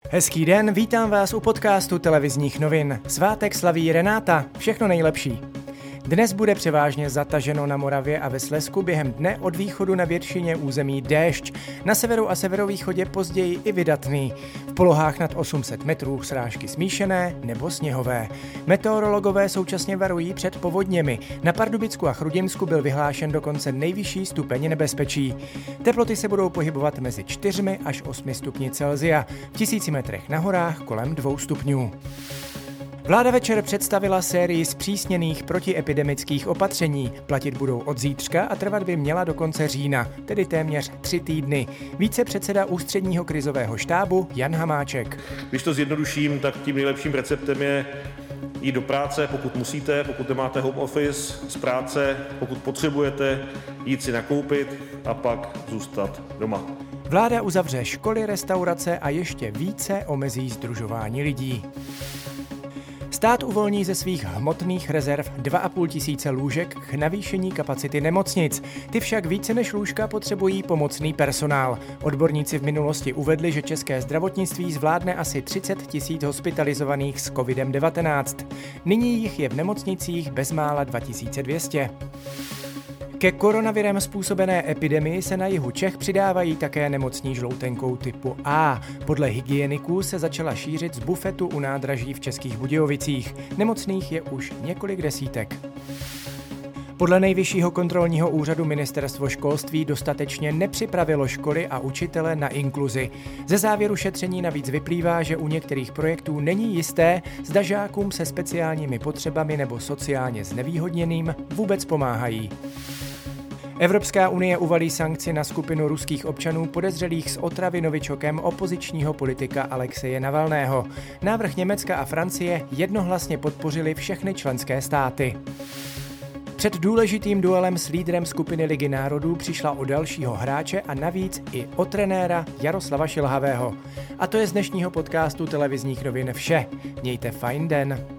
Hezký den, vítám vás u podcastu televizních novin. Svátek slaví Renáta, všechno nejlepší. Dnes bude převážně zataženo na Moravě a ve Slezsku, během dne od východu na většině území déšť. Na severu a severovýchodě později i vydatný. V polohách nad 800 metrů srážky smíšené nebo sněhové. Meteorologové současně varují před povodněmi. Na Pardubicku a Chrudinsku byl vyhlášen dokonce nejvyšší stupeň nebezpečí. Teploty se budou pohybovat mezi 4 až 8 stupni Celsia. V 1000 metrech na horách kolem 2 stupňů. Vláda večer představila sérii zpřísněných protiepidemických opatření. Platit budou od zítřka a trvat by měla do konce října, tedy téměř 3 týdny. Vícepředseda Ústředního krizového štábu Jan Hamáček. Když to zjednoduším, tak tím nejlepším receptem je jít do práce, pokud musíte, pokud nemáte home office, z práce, pokud potřebujete, jít si nakoupit a pak zůstat doma. Vláda uzavře školy, restaurace a ještě více omezí sdružování lidí. Stát uvolní ze svých hmotných rezerv 2 500 lůžek k navýšení kapacity nemocnic. Ty však více než lůžka potřebují pomocný personál. Odborníci v minulosti uvedli, že české zdravotnictví zvládne asi 30 000 hospitalizovaných s COVID-19. Nyní jich je v nemocnicích bezmála 2200. Ke koronavirem způsobené epidemii se na jihu Čech přidávají také nemocní žloutenkou typu A. Podle hygieniků se začala šířit z bufetu u nádraží v Českých Budějovicích. Nemocných je už několik desítek. Podle Nejvyššího kontrolního úřadu Ministerstvo školství dostatečně nepřipravilo školy a učitele na inkluzi. Ze závěru šetření navíc vyplývá, že u některých projektů není jisté, zda žákům se speciálními potřebami nebo sociálně znevýhodněným vůbec pomáhají. Evropská unie uvalí sankci na skupinu ruských občanů podezřelých z otravy novičokem opozičního politika Alexeje Navalného. Návrh Německa a Francie jednohlasně podpořili všechny členské státy. Před důležitým duelem s lídrem skupiny Ligy národů přišla o dalšího hráče a navíc i o trenéra Jaroslava Šilhavého. A to je z dnešního podcastu televizních novin vše. Mějte fajn den.